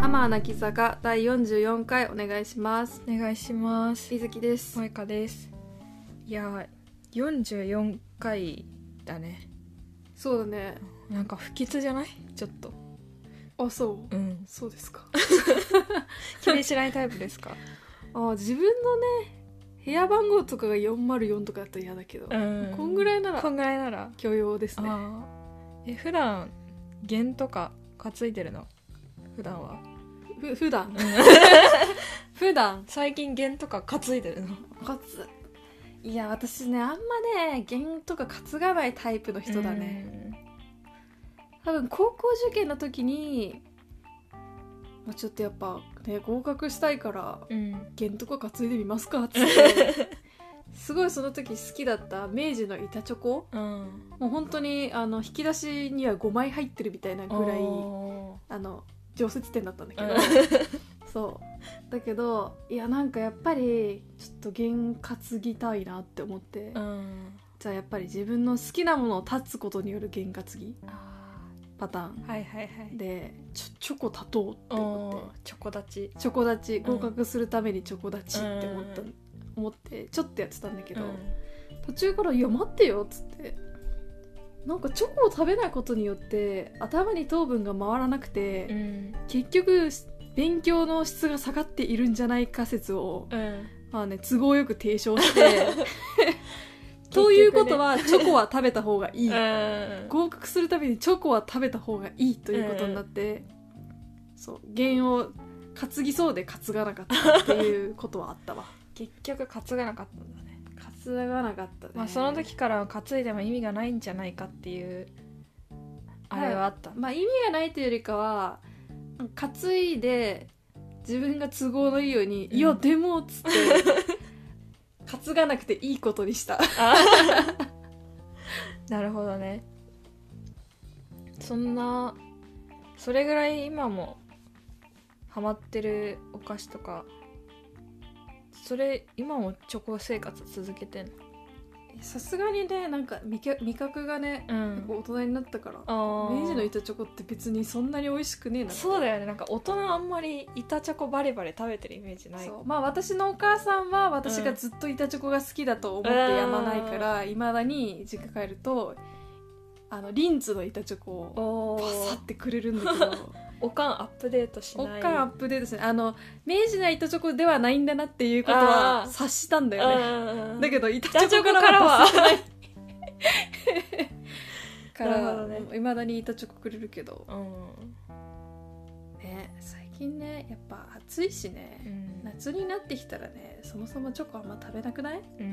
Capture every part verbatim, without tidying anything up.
アマー泣き坂だいよんじゅうよんかいお願いします。 お願いします。 みずきです。 萌香です。いやよんじゅうよんかいだね。 そうだね。 なんか不吉じゃない？ちょっと。 あ、そう。 うんそうですか。 気にしないタイプですか？ あ、自分のね部屋番号とかがよんまるよんとかだったら嫌だけど、 うん、 こんぐらいならこんぐらいなら許容ですね。 あえ普段弦とか担いでるの？普段はふ普段普段最近弦とか担いでるの？ かついや私ねあんまね弦とか担がないタイプの人だね。多分高校受験の時に、まあ、ちょっとやっぱね合格したいから、うん、弦とか担いでみますかっつってすごいその時好きだった明治の板チョコ、うん、もう本当にあの引き出しにはごまい入ってるみたいなぐらいあの常設店だったんだけどそうだけどいやなんかやっぱりちょっと弦担ぎたいなって思って、うん、じゃあやっぱり自分の好きなものを断つことによる弦担ぎパターン、 はいはいはい、 でちょチョコ立とうって思ってチョコ立ちチョコ立ち合格するためにチョコ立ちって思った、うん、思ってちょっとやってたんだけど、うん、途中からいや待ってよっつってなんかチョコを食べないことによって頭に糖分が回らなくて、うん、結局勉強の質が下がっているんじゃないか説を、うん、まあね都合よく提唱してということは、ね、チョコは食べた方がいい、うん、合格するためにチョコは食べた方がいいということになって、うん、そう弦を担ぎそうで担がなかったっていうことはあったわ結局担がなかったんだね。 担がなかったね、 まあ、その時から担いでも意味がないんじゃないかっていうあれはあった、 はい、まあ意味がないというよりかは担いで自分が都合のいいように、うん、いやでもっつって担がなくていいことにしたなるほどね。そんなそれぐらい今もハマってるお菓子とかそれ今もチョコ生活続けてんの？ さすがにねなんか味覚、味覚がね、うん、大人になったから明治の板チョコって別にそんなに美味しくねえな。 そうだよね。なんか大人あんまり板チョコバリバリ食べてるイメージない。 そうまあ私のお母さんは私がずっと板チョコが好きだと思ってやまないからいま、うん、だに実家帰るとあのリンツの板チョコをパサってくれるんだけどおかんアップデートしない。 おかんアップデートしない。あの明治の板チョコではないんだなっていうことは察したんだよね。だけど板チョコからはからいま、ね、だに板チョコくれるけど、うんね、最近ねやっぱ暑いしね、うん、夏になってきたらねそもそもチョコあんま食べなくない？ うん、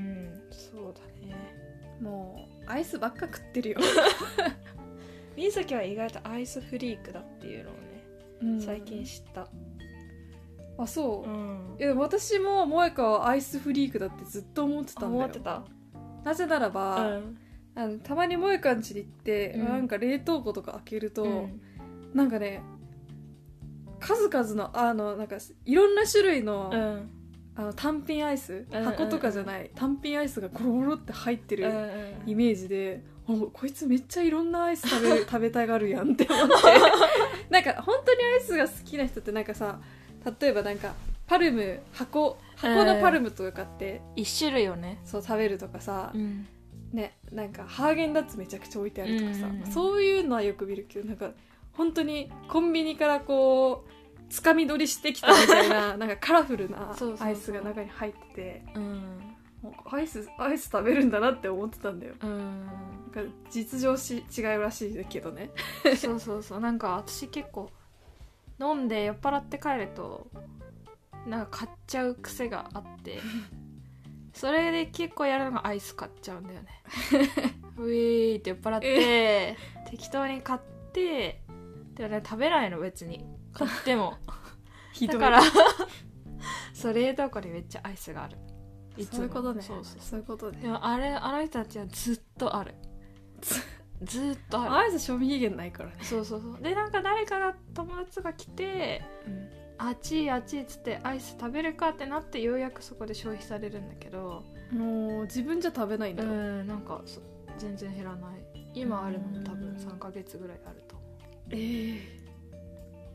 そうだね。 もうアイスばっか食ってるよみずきは意外とアイスフリークだっていうのをね、うん、最近知った。 あ、そう、うん、いや私も萌香はアイスフリークだってずっと思ってたんだよ。 思ってた。 なぜならば、うん、あのたまに萌香ん家に行って、うん、なんか冷凍庫とか開けると、うん、なんかね数々のあのなんかいろんな種類の、うん、あの単品アイス、うん、箱とかじゃない、うん、単品アイスがゴロゴロって入ってるイメージで、うん、こいつめっちゃいろんなアイス食べ食べたがるやんって思ってなんか本当にアイスが好きな人ってなんかさ例えばなんかパルム箱箱のパルムとか買って、えー、一種類をねそう食べるとかさ、うんね、なんかハーゲンダッツめちゃくちゃ置いてあるとかさ、うんうん、そういうのはよく見るけどなんか本当にコンビニからこうつかみ取りしてきたみたいななんかカラフルなアイスが中に入っててそうそうそう、うん、もうアイスアイス食べるんだなって思ってたんだよ、うん、なんか実情し違うらしいけどねそうそうそう。なんか私結構飲んで酔っ払って帰るとなんか買っちゃう癖があってそれで結構やるのがアイス買っちゃうんだよねウィーって酔っ払って適当に買ってで、ね、食べないの別に買ってもだからそう冷凍庫にめっちゃアイスがある。 いつもそういうことね。そうそうそういうことね。 でもあれあの人たちはずっとあるずっとある。 アイス賞味期限ないからね。 そうそうそう。でなんか誰かが友達が来て、うん、あっちあっちっつってアイス食べるかってなってようやくそこで消費されるんだけどもう自分じゃ食べないんだ。 うんなんか全然減らない。今あるのも多分さんかげつぐらいあると思う。 えー、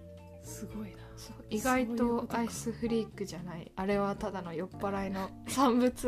すごいな。 そう意外そういうことかとアイスフリークじゃない、あれはただの酔っ払いの産物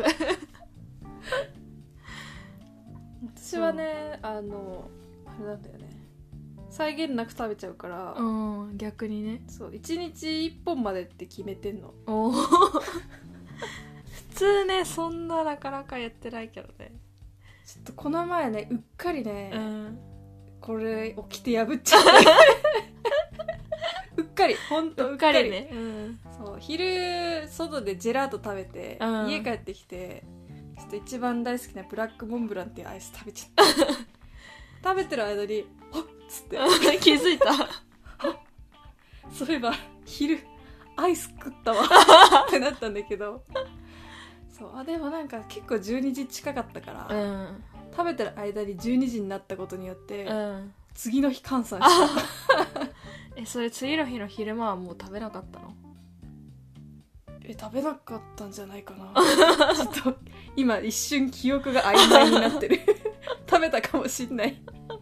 私はねあのあれなんだよね、際限なく食べちゃうから、 うん、逆にね。 そういちにちいっぽんまでって決めてんの。 お普通ねそんななかなかやってないけどね。 ちょっとこの前ねうっかりね、 うん、 これ起きて破っちゃってうっかりほんとうっかりね、うん、 そう昼外でジェラート食べて、 うん、 家帰ってきてちょっと一番大好きなブラックモンブランっていうアイス食べちゃった食べてる間にはっつって気づいたそういえば昼アイス食ったわってなったんだけどそうあでもなんか結構じゅうにじ近かったから、 うん、 食べてる間にじゅうにじになったことによって、 うん、 次の日換算したえそれ次の日の昼間はもう食べなかったの？ え食べなかったんじゃないかなちょっと今一瞬記憶が曖昧になってる食べたかもしんない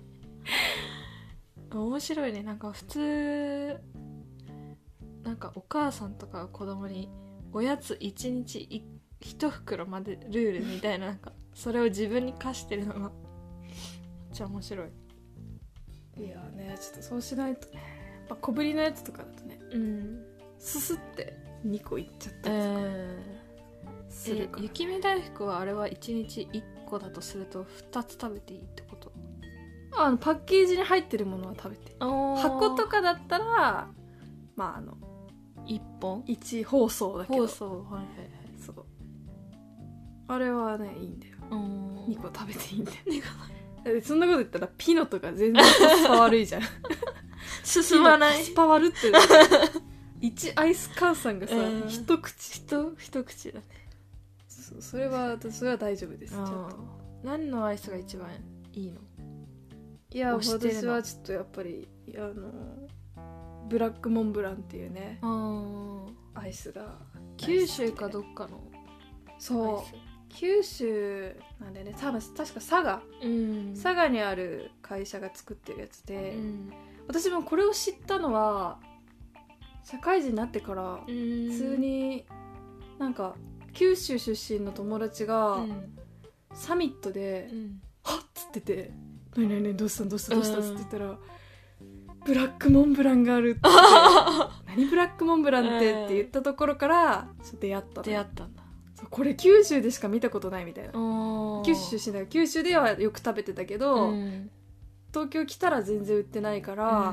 面白いね。なんか普通なんかお母さんとか子供におやついちにち一袋までルールみたいな、なんかそれを自分に課してるのがめっちゃ面白い。 いやねちょっとそうしないとね、やっぱ小ぶりのやつとかだとね、 うん、 すすってにこいっちゃったりとかするから、 え雪見大福はあれはいちにちいっこだとするとふたつ食べていいってこと？ あのパッケージに入ってるものは食べて、箱とかだったらまああのいっぽんいち包装だけど、 包装、はいはいはい、 そうあれはねいいんだよ、にこ食べていいんだよそんなこと言ったらピノとか全然コスパ悪いじゃん進まない、 コスパ悪っていちアイス換算がさ、うん、一口一一口だね。 そ, それはそれは大丈夫です。ちょっと何のアイスが一番いいの？ いや私はちょっとやっぱりあのブラックモンブランっていうねアイスが九州かどっかのそう九州なんでね、多分確か佐賀、うん、佐賀にある会社が作ってるやつで、うん、私もこれを知ったのは社会人になってから、うん、普通になんか九州出身の友達が、うん、サミットで、うん、はっつってて「何何何どうしたどうしたどうした」っつって言ったら、うん、ブラックモンブランがあるって言って何ブラックモンブランってって言ったところからちょっと出会ったの。 出会ったんだ。 これ九州でしか見たことないみたいな。九州出身だから九州ではよく食べてたけど、うん、東京来たら全然売ってないから、うん、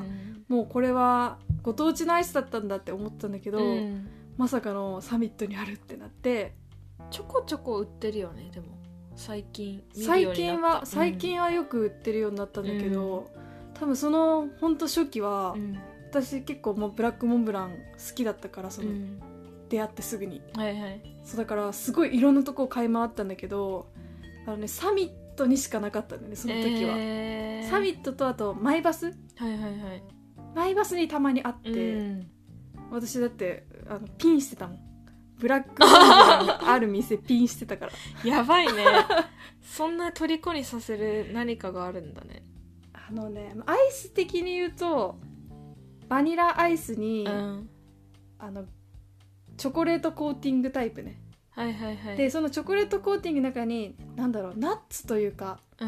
もうこれはご当地のアイスだったんだって思ったんだけど、うん、まさかのサミットにあるってなって。 ちょこちょこ売ってるよね。でも最近見るよう最になった。 近は最近はよく売ってるようになったんだけど、うん、多分そのほんと初期は、うん、私結構もうブラックモンブラン好きだったから、その、うん出会ってすぐに、はいはい、そうだからすごいいろんなとこを買い回ったんだけど、あのねサミットにしかなかったんだよねその時は、えー、サミットとあとマイバス、はいはいはい、マイバスにたまにあって、うん、私だってあのピンしてたもん。ブラックモンブランがある店ピンしてたからやばいねそんな虜にさせる何かがあるんだね。 あのねアイス的に言うとバニラアイスに、うん、あのチョコレートコーティングタイプね。はいはいはい。でそのチョコレートコーティングの中になんだろうナッツというか、うん、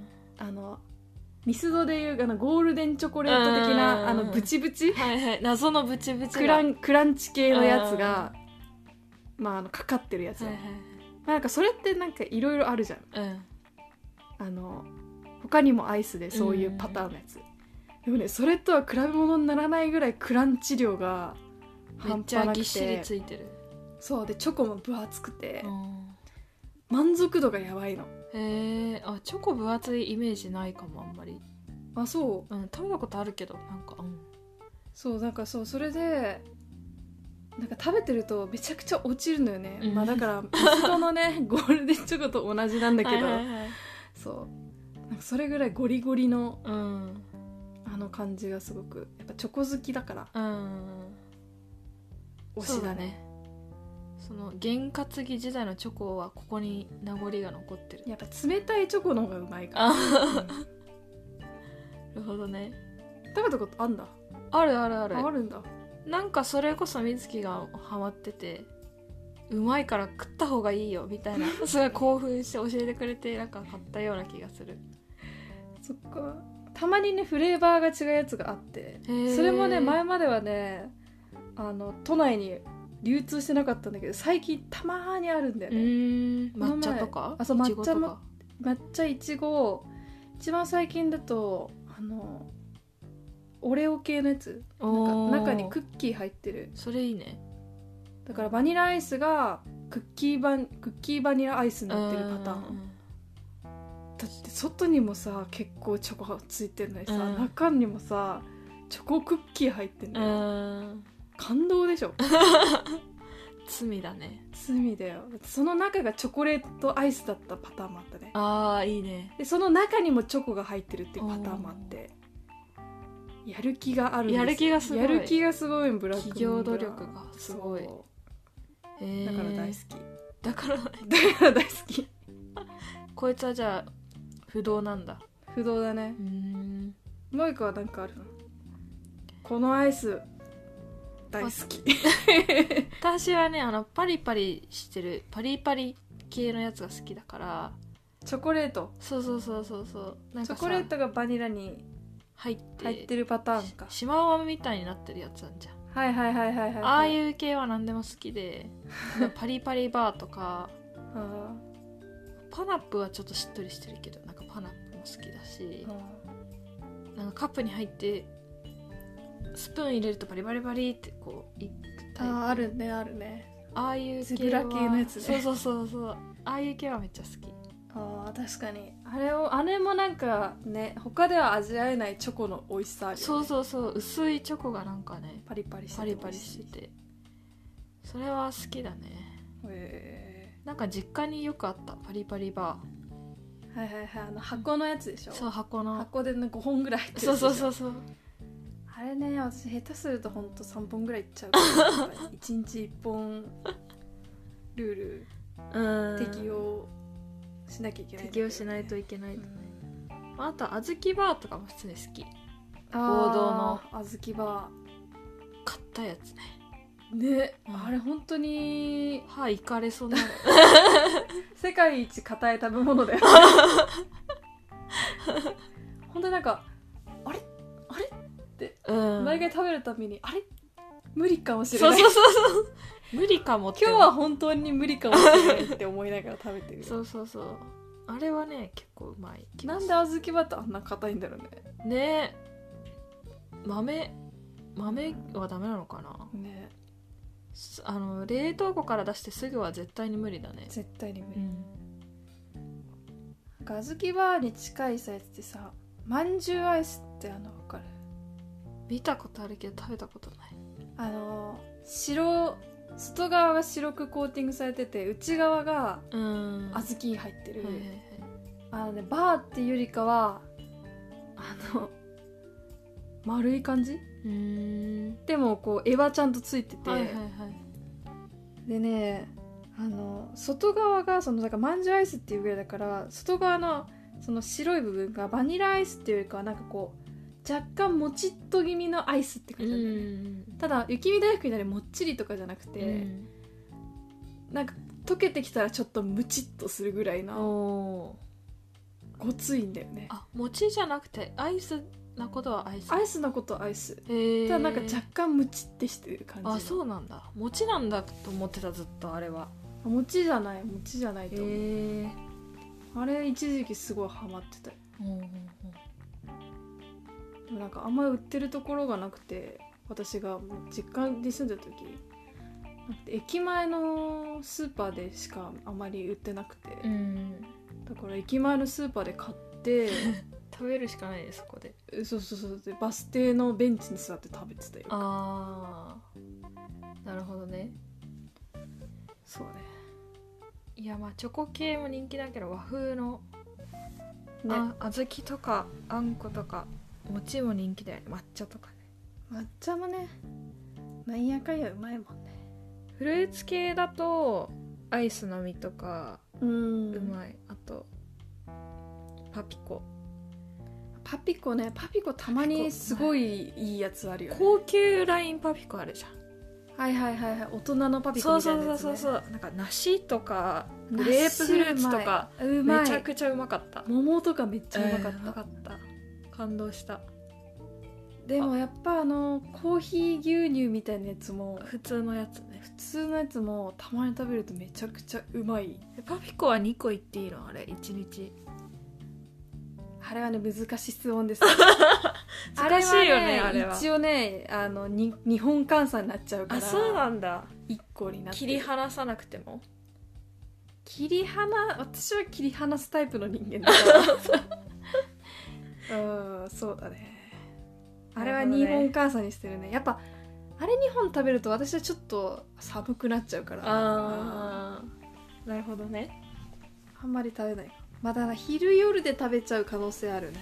あのミスドでいうあのゴールデンチョコレート的なあのブチブチ、 はいはい、謎のブチブチクランクランチ系のやつがまああのかかってるやつ、はいはい、まあ、なんかそれってなんかいろいろあるじゃん、うん、あの他にもアイスでそういうパターンのやつ、うん、でもねそれとは比べ物にならないぐらいクランチ量がめっちゃぎっしりついてる。 そうでチョコも分厚くて、うん、満足度がやばいの。 へえ、あチョコ分厚いイメージないかもあんまり。 あそう、 うん、食べたことあるけどなんか、うん、 そうなんかそうそれでなんか食べてるとめちゃくちゃ落ちるのよね、うん、まあだからミスドのねゴールデンチョコと同じなんだけどはいはい、はい、そうなんかそれぐらいゴリゴリの、うん、あの感じがすごくやっぱチョコ好きだから、うん、推しだね。 その験担ぎ時代のチョコはここに名残が残ってる。 やっぱ冷たいチョコの方がうまいから、うん、 なるほどね。 食べたことあんだ。 あるあるある。 あるんだ。 なんかそれこそみずきがハマってて、うまいから食った方がいいよみたいなすごい興奮して教えてくれて、なんか買ったような気がする。 そっか。たまにねフレーバーが違うやつがあって、それもね前まではねあの都内に流通してなかったんだけど、最近たまーにあるんだよね。 抹茶とか、 あ、そう抹茶も抹茶いちご、一番最近だとあのオレオ系のやつ、なんか中にクッキー入ってる。 それいいね。 だからバニラアイスがクッキーバンクッキーバニラアイスになってるパターン。だって外にもさ結構チョコがついてるのにさ、うん、中にもさチョコクッキー入ってんだよ、うん、感動でしょ罪だね。 罪だよ。その中がチョコレートアイスだったパターンもあったね。 あーいいね。 でその中にもチョコが入ってるっていうパターンもあって、やる気があるんです。 やる気がすごい。 やる気がすごい。ブラック企業努力がすごい。 だから大好き。 だからだから大好きこいつはじゃあ不動なんだ。 不動だね。うーん、もう一個は何かあるの？このアイス大好き私はねあのパリパリしてるパリパリ系のやつが好きだから。 チョコレート。 そうそうそうそうそう。なんかチョコレートがバニラに入って入ってるパターンか。 しまわまみたいになってるやつなんじゃん。 はいはいはいはいはい、はい、 ああいう系は何でも好きでパリパリバーとかあパナップはちょっとしっとりしてるけど、なんかパナップも好きだし、なんかカップに入ってスプーン入れるとバリバリバリってこういくタイプ。 ああるねあるね。 ああいうゼブラ系のやつね。 そうそうそうそう。ああいう系はめっちゃ好き。 あー確かにあれをあれもなんかね他では味わえないチョコの美味しさあるよね。 そうそうそう。薄いチョコがなんかねパリパリしててパリパリしててそれは好きだね。 へーなんか実家によくあったパリパリバー。はいはいはい、あの箱のやつでしょ。 そう箱の箱で、ね、ごほんぐらい入ってる。 そうそうそうそう。 あれね私下手するとほんとさんぼんぐらいいっちゃうからいちにちいっぽんルールうん適用しなきゃいけない、ね、 適用しないといけないとね、うん、あと小豆バーとかも普通に好き。 王道の小豆バー買ったやつね。 ね、うん、あれ本当に歯いかれそうな世界一硬い食べ物だよ本当になんかあれあれって、うん、毎回食べるたびにあれ無理かもしれない。 そうそうそうそう無理かもって今日は本当に無理かもしれないって思いながら食べてるそうそうそう。あれはね結構うまい。 なんで小豆バってあんな硬いんだろうね。 ねえ豆豆はダメなのかなね。あの冷凍庫から出してすぐは絶対に無理だね。 絶対に無理、うん、小豆バーに近いさやつってさまんじゅうアイスってあの分かる？ 見たことあるけど食べたことない。 あの白外側が白くコーティングされてて内側が小豆入ってる、はいはいはい、あのねバーっていうよりかはあの丸い感じ。うーんでもこう絵はちゃんとついてて、はいはいはい、でねあの外側がそのだからまんじゅうアイスっていうぐらいだから外側のその白い部分がバニラアイスっていうよりかはなんかこう若干もちっと気味のアイスって感じなんだよね。ただ雪見大福になりもっちりとかじゃなくて、うん、なんか溶けてきたらちょっとムチっとするぐらいのごついんだよね。 あ、餅じゃなくてアイスなことはアイス。 アイスなことはアイス。ただなんか若干ムチってしてる感じ。 あ、そうなんだ。餅なんだと思ってたずっとあれは。 餅じゃない餅じゃないと思う。あれ一時期すごいハマってたよ。うんうんうんでもなんかあんまり売ってるところがなくて私が実家に住んでた時なんか駅前のスーパーでしかあまり売ってなくて、うん、だから駅前のスーパーで買って食べるしかないねそこで。 そうそうそうでバス停のベンチに座って食べてたよ。 あーなるほどね。 そうね。 いやまあチョコ系も人気だけど和風の、ね、あ小豆とかあんことか餅も人気だよね。抹茶とかね。 抹茶もねなんやかんやうまいもんね。 フルーツ系だとアイスの実とかうまい。あとパピコ。 パパピコね、パピコたまにすごいいいやつあるよね。 高級ラインパピコあるじゃん。 はいはいはいはい、大人のパピコみたいなやつ、ね、 そうそうそうそう、なんか梨とかグレープフルーツとかうまい、 めちゃくちゃうまかった。 桃とかめっちゃうまかった、 うん、うまかった。感動した。 でもやっぱあのコーヒー牛乳みたいなやつも普通のやつね、 普通のやつもたまに食べるとめちゃくちゃうまい。 パピコはにこいっていいのあれいちにち？ あれはね難しい質問です難しいよねあれは。 一応ねあのに日本換算になっちゃうから。 あ、そうなんだ。 いっこになって切り離さなくても。 切り離私は切り離すタイプの人間だからうんそうだね。あれは日本換算にしてるね。やっぱあれにほん食べると私はちょっと寒くなっちゃうから。 あー、なるほどね。 あんまり食べない。まだ昼夜で食べちゃう可能性あるね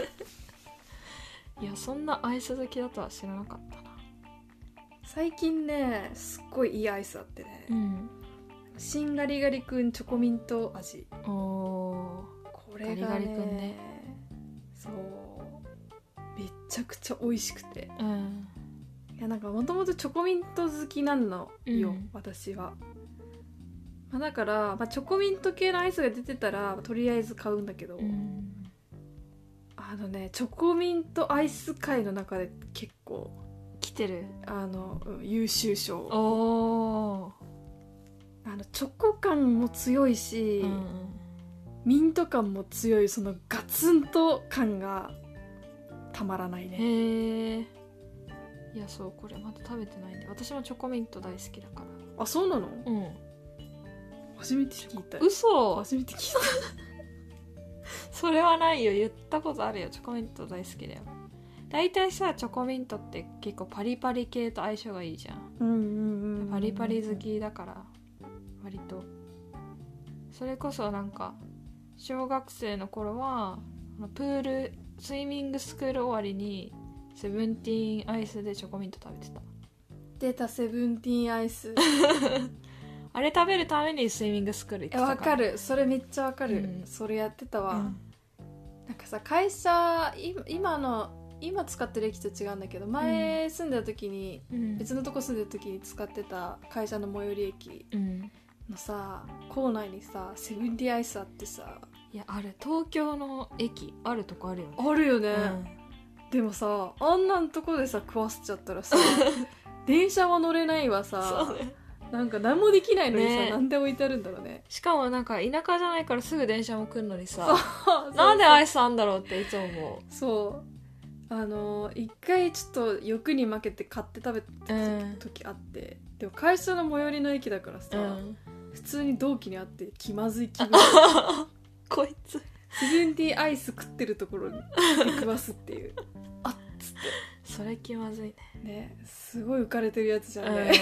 いやそんなアイス好きだとは知らなかったな。 最近ねすっごいいいアイスあってね、 うん、 シンガリガリ君チョコミント味。 おー、 これがね、 ガリガリ君ね、 そうめちゃくちゃ美味しくて、 うん、 いやなんかもともとチョコミント好きなのよ、うん、私は、まあ、だから、まあ、チョコミント系のアイスが出てたらとりあえず買うんだけど、うん、あのねチョコミントアイス界の中で結構来てるあの、うん、優秀賞。 おあのチョコ感も強いし、うん、ミント感も強い、そのガツンと感がたまらないね。 へえ。いやそうこれまだ食べてないんで。私もチョコミント大好きだから。 あ、そうなの？ うん。 初めて聞いた。 嘘。 初めて聞いたそれはないよ。言ったことあるよ。チョコミント大好きだよ。だいたいさチョコミントって結構パリパリ系と相性がいいじゃん。 うんうんうんうん、 パリパリ好きだから割と。それこそなんか小学生の頃はプールスイミングスクール終わりにセブンティーンアイスでチョコミント食べてた。 出たセブンティーンアイスあれ食べるためにスイミングスクール行ってたから。 わかる、それめっちゃわかる、うん、それやってたわ、うん、なんかさ会社今の今使ってる駅と違うんだけど前住んでた時に、うん、別のとこ住んでた時に使ってた会社の最寄り駅のさ、うん、構内にさセブンティーンアイスあってさ。 いやあれ東京の駅あるとこあるよね。 あるよね、うん、でもさあんなんとこでさ食わせちゃったらさ電車も乗れないわさ、そうね、なんか何もできないのにさ、ね、なんで置いてあるんだろうね。 しかもなんか田舎じゃないからすぐ電車も来るのにさなんでアイスあんだろうっていつも思う。 そうあの一回ちょっと欲に負けて買って食べた時あって、うん、でも会社の最寄りの駅だからさ、うん、普通に同期に会って気まずい気分こいつセブンティーンアイス食ってるところに食わすっていうあっつってそれ気まずいね。 ねすごい浮かれてるやつじゃんね、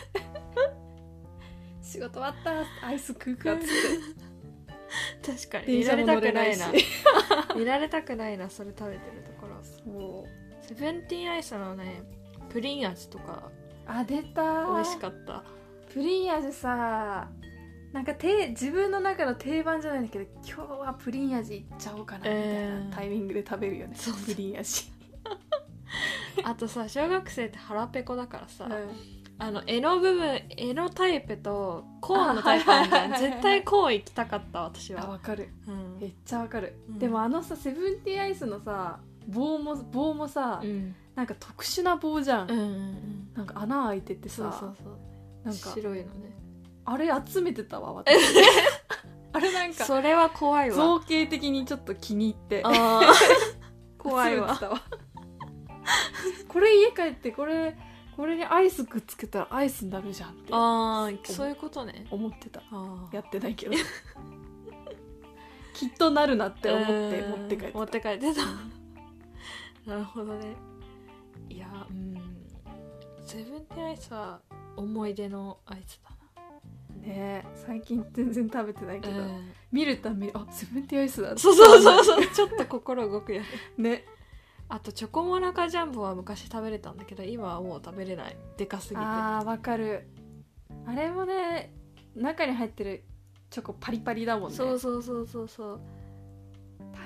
うん、仕事終わったアイス食うかっつって確かに見られたくないな見られたくないなそれ食べてるところ。そうセブンティーンアイスのねプリン味とかあ出た美味しかった。 プリン味さなんかて自分の中の定番じゃないんだけど今日はプリン味いっちゃおうかなみたいなタイミングで食べるよね、えー、プリン味あとさ小学生って腹ペコだからさ、うん、あの柄の部分柄のタイプとコーンのタイプあるじゃん。絶対コーン行きたかった私は。 あ分かる、うん、めっちゃ分かる、 うん、 でもあのさセブンティーンアイスのさ棒も棒もさ、うん、なんか特殊な棒じゃん、うんうんうん、なんか穴開いててさそうそうそうなんか白いのねあれ集めてたわ私あれなんかそれは怖いわ。 造形的にちょっと気に入ってあ怖いわこれ家帰ってこれこれにアイスくっつけたらアイスになるじゃんってあそういうことね思ってた。やってないけどきっとなるなって思って持って帰ってた持って帰ってたなるほどね。いやうんセブンティーンアイスは思い出のアイスだなね。最近全然食べてないけど、うん、見るたびにあセブンティーンアイスだってそうそうそうそうちょっと心動くよねね。 あとチョコモナカジャンボは昔食べれたんだけど今はもう食べれない。でかすぎて。 あーわかる。あれもね中に入ってるチョコパリパリだもんね。 そうそうそうそうそう食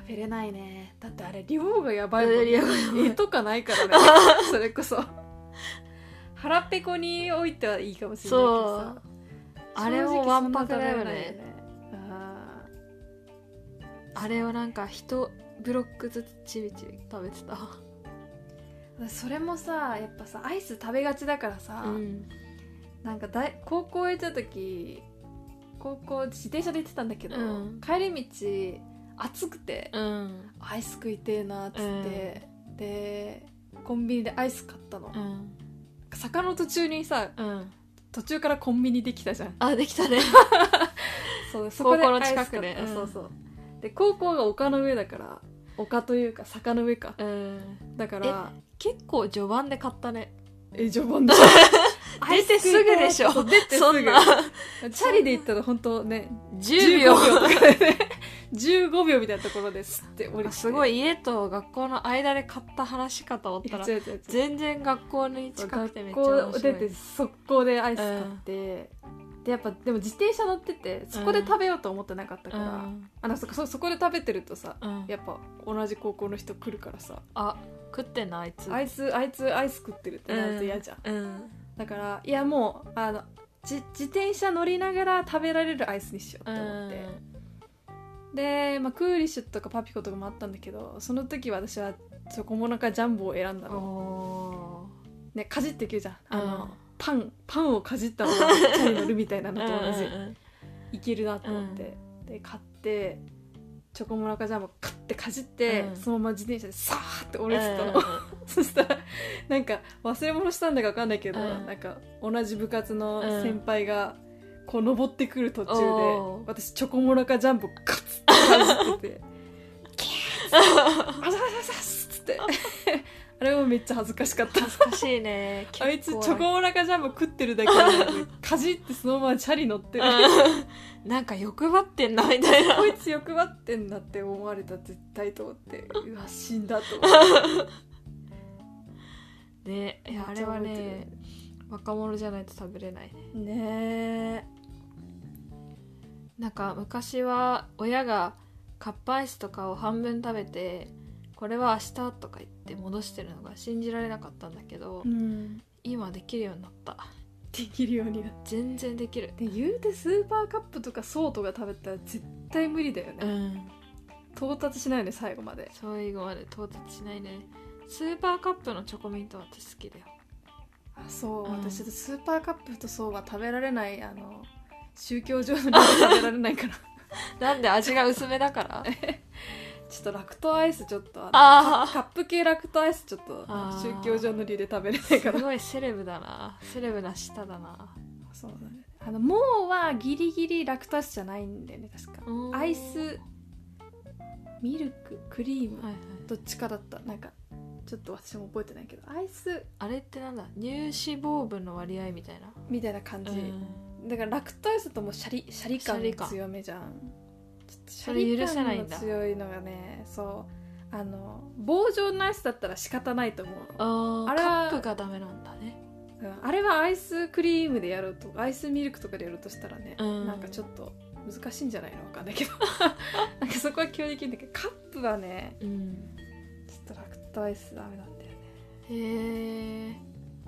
食べれないね。だってあれ量がやばいもんうん量ねがやばい絵とかないからねそれこそ腹ペコにおいてはいいかもしれないけどさ、 あれもわんぱくだよね。 正直そんな食べれないよね。ああれをなんか一ブロックずつちびちび食べてた。 ーそれもさやっぱさアイス食べがちだからさ、 うんなんか大高校行った時高校自転車で行ってたんだけど、 うん帰り道暑くて、 うんアイス食いてえなっつって、でコンビニでアイス買ったの、 うん坂の途中にさうん途中からコンビニできたじゃん。 あできたねそうそこで高校のアイス近くで買ったうんそうそうで高校が丘の上だから丘というか坂の上かうんだから結構序盤で買ったね。 え序盤だ出てすぐでしょ。 そう出てすぐそんなチャリで行ったら本当ねじゅうびょうじゅうごびょうとかでねじゅうごびょうみたいなところですって降りてすごい家と学校の間で買った話かと思ったらいや違う違う違う全然学校に近くてめっちゃ学面白い。 校出て速攻でアイス買って、でやっぱでも自転車乗っててそこで食べようと思ってなかったから、 うんあのそそそこで食べてるとさうんやっぱ同じ高校の人来るからさあ食ってんなあいつ。 あいつあいつアイス食ってるってなると嫌じゃん、 うんだからいやもうあのじ自転車乗りながら食べられるアイスにしようと思って、で、まあ、クーリッシュとかパピコとかもあったんだけどその時私はチョコモナカジャンボを選んだうんの、 おね、かじってきるじゃんあの、 うんパンパンをかじったままチャリ乗るみたいなーのと同じ、 うんうんいけるなと思って、で買ってチョコモナカジャンボカッてかじって、 うんそのまま自転車でサーって降りてたの、 うんそしたらなんか忘れ物したんだか分かんないけど、 うんなんか同じ部活の先輩がこう登ってくる途中で、 おー私チョコモナカジャンボカツってかじっててキャーッあざあざあざっつってあれもめっちゃ恥ずかしかった恥ずかしいね。 あいつ結構チョコモナカジャンボ食ってるだけでかじってそのままチャリ乗ってるうんなんか欲張ってんなみたいな。 こいつ欲張ってんだって思われた絶対と思ってうわ死んだと思ってねいやあれはね若者じゃないと食べれないね。 ねなんか昔は親がカップアイスとかを半分食べてこれは明日とか言って戻してるのが信じられなかったんだけど、 え、うん、 今できるようになった。 できるようになって全然できる。 で言うてスーパーカップとかソートが食べたら絶対無理だよね、 うん到達しないよね最後まで。 最後まで到達しないね。スーパーカップのチョコミントは私好きだよ。 あそう、 うん私スーパーカップとソーは食べられないあの宗教上の理由で食べられないからなんで味が薄めだからちょっとラクトアイスちょっとあのあーカップ系ラクトアイスちょっとあー宗教上の理由で食べれないからすごいセレブだな。セレブな舌だな。 そうだねあのもうはギリギリラクトアイスじゃないんだよね確かうんアイスミルククリーム、 はいはい。 どっちかだったなんかちょっと私も覚えてないけどアイスあれってなんだ乳脂肪分の割合みたいな。 みたいな感じ、 うんだからラクトアイスともうシャリシャリ感シャリ感強めじゃんちょっとシそれ許せないんだシャリ感の強いのがねそうあの棒状のアイスだったら仕方ないと思うのああれはカップがダメなんだね。 うんあれはアイスクリームでやろうとアイスミルクとかでやろうとしたらね、 うんなんかちょっと難しいんじゃないのわかんないけどなんかそこは強力だけどカップはねうんちょっとラクトアイスダメなんだよねへえ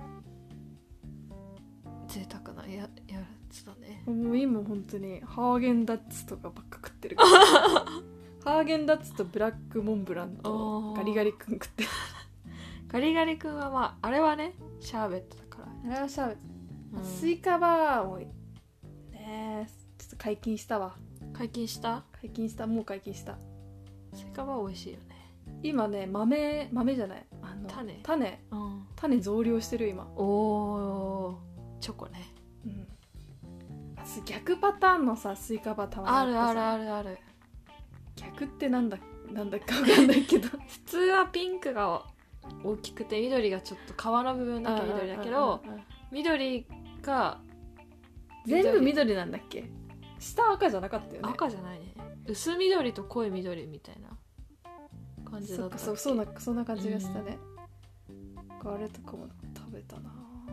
贅沢なややつだね。 もう今本当にハーゲンダッツとかばっか食ってるからハーゲンダッツとブラックモンブランとガリガリ君食ってるガリガリ君はまああれはねシャーベットだから、 あれはシャーベット、 うんスイカバーもねちょっと解禁したわ解禁した。 解禁したもう解禁したスイカは美味しいよね。 今ね豆豆じゃないあの種種うん種増量してる今おおチョコね。 うん私逆パターンのさスイカバーたまあるあるにあってさあるある。 逆ってなんだなんだかわかんないけど普通はピンクが大きくて緑がちょっと皮の部分だけ緑だけどうんうんうんうん緑が全部緑なんだっけ下赤じゃなかったよね赤じゃないね。薄緑と濃い緑みたいな感じだそっかったっけ。 そうそんなそんな感じがしたね、あれとかも食べたな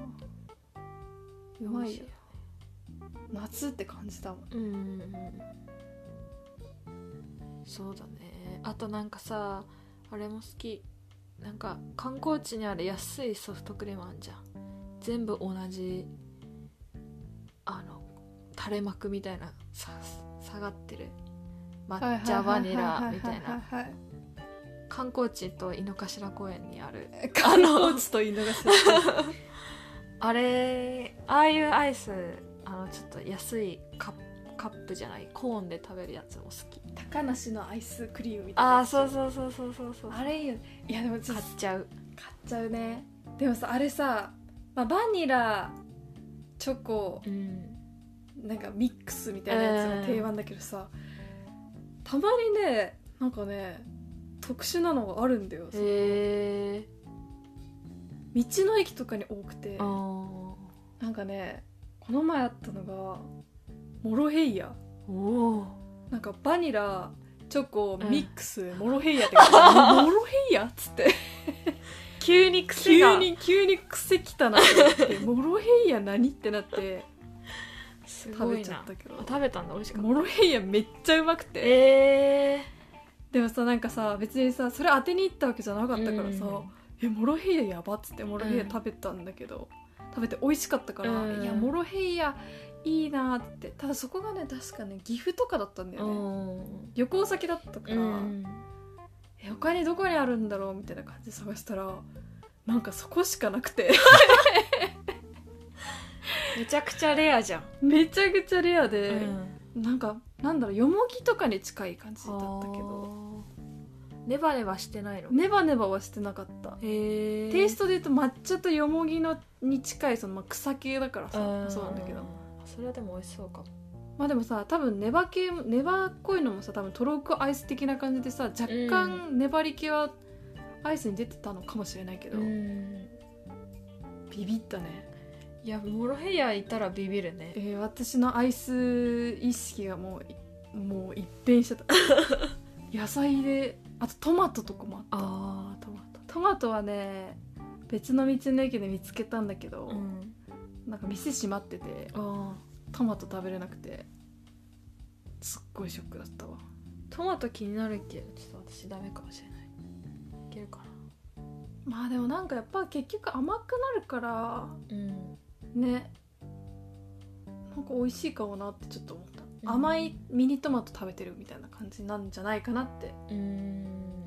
うまいよ夏って感じだもんうんうんうんそうだね。 あとなんかさあれも好き、なんか観光地にある安いソフトクリームあんじゃん、全部同じあの垂れ幕みたいなさ下がってる抹茶バニラみたいな、観光地と井の頭公園にある観光地と井の頭あれああいうアイス、あのちょっと安いカップカップじゃないコーンで食べるやつも好き。 高梨のアイスクリームみたいな。 ああそうそうそうそうそうそう、 あれいいよ。いやでもちょっと買っちゃう買っちゃうね。でもさあれさ、まあ、バニラチョコ、うん、なんかミックスみたいなやつが定番だけどさ、えー、たまにねなんかね特殊なのがあるんだよ。へえ。道の駅とかに多くて、なんかねこの前あったのがモロヘイヤ。おなんかバニラチョコミックス、うん、モロヘイヤってモロヘイヤっつって急に癖が急に急に癖きたなってってモロヘイヤ何ってなって食べちゃったけど。 食べたんだ。美味しかった。 モロヘイヤめっちゃうまくて、えー、でもさなんかさ別にさそれ当てに行ったわけじゃなかったからさ、うん、えモロヘイヤやばっつってモロヘイヤ食べたんだけど、うん、食べて美味しかったから、うん、いやモロヘイヤいいなって。ただそこがね確かね岐阜とかだったんだよね。旅行先だったから、うん、え他にどこにあるんだろうみたいな感じで探したらなんかそこしかなくてめちゃくちゃレアじゃん。 めちゃくちゃレアで、うん、なんかなんだろうよもぎとかに近い感じだったけどネバネバしてないの。 ネバネバはしてなかった。へテイストで言うと抹茶とよもぎのに近いその、まあ、草系だからさそうなんだけど、 それはでも美味しそうかも。 まあでもさ多分ネバ系ネバっこいのもさ多分トロッコアイス的な感じでさ若干粘り気はアイスに出てたのかもしれないけど、うん、ビビったね。 いやモロヘイヤいたらビビるね。 えー、私のアイス意識がもうもう一変してた野菜であとトマトとかもあった。あトマトトマトはね別の道の駅で見つけたんだけど、うん、なんか店閉まっててあトマト食べれなくてすっごいショックだったわ。 トマト気になるけどちょっと私ダメかもしれない。いけるかな。 まあでもなんかやっぱ結局甘くなるから、うん、ねなんか美味しいかもなってちょっと思った、うん、甘いミニトマト食べてるみたいな感じなんじゃないかなってうーん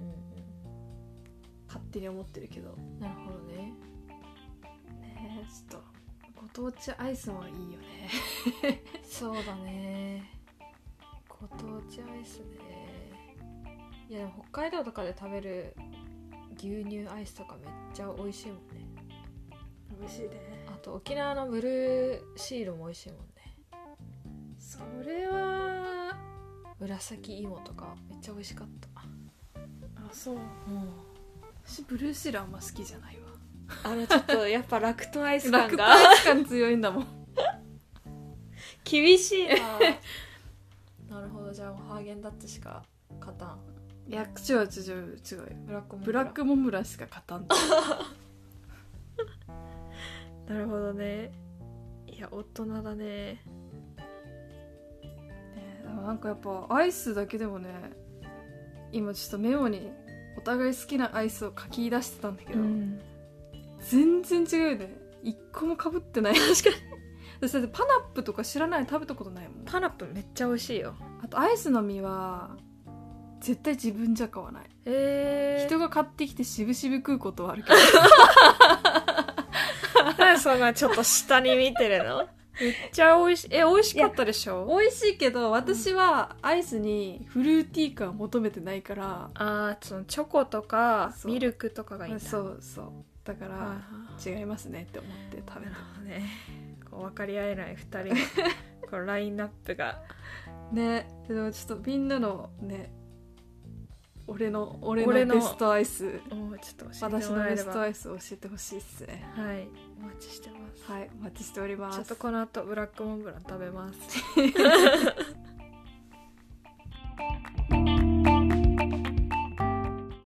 勝手に思ってるけど。 なるほどね。 ねえちょっとご当地アイスはいいよねそうだねご当地アイスね。いやでも北海道とかで食べる牛乳アイスとかめっちゃ美味しいもんね。 美味しいね。 あと沖縄のブルーシールも美味しいもんね。 それは紫芋とかめっちゃ美味しかった。 あそう、うん、私ブルーシールあんま好きじゃないわ。 あのちょっとやっぱラクトアイス感がラクトアイス感強いんだもん厳しいななるほど。じゃあハーゲンダッツしか勝たん。 いや違う違う違う違うブラックモンブランブラックモンブランしか勝たんなるほどね。いや大人だね。 ねでもなんかやっぱアイスだけでもね今ちょっとメモにお互い好きなアイスを書き出してたんだけど、うん、全然違うよね。一個も被ってない。確かに私だってパナップとか知らない。食べたことないもん。 パナップめっちゃ美味しいよ。 あとアイスの実は絶対自分じゃ買わない。えー、人が買ってきてしぶしぶ食うことはあるけどなんでそんなちょっと下に見てるのめっちゃ美味しい。え美味しかったでしょ。 美味しいけど私はアイスにフルーティー感を求めてないから、うん、 あそのチョコとかミルクとかがいいんだ。 そうそうだから違いますねって思って食べたね。こう分かり合えないふたりのこのラインナップがね。でもちょっとみんなのね俺の俺のベストアイス、ちょっと私のベストアイスを教えてほしいっすね。 はいお待ちしてます。 はいお待ちしております。 ちょっとこの後ブラックモンブラン食べます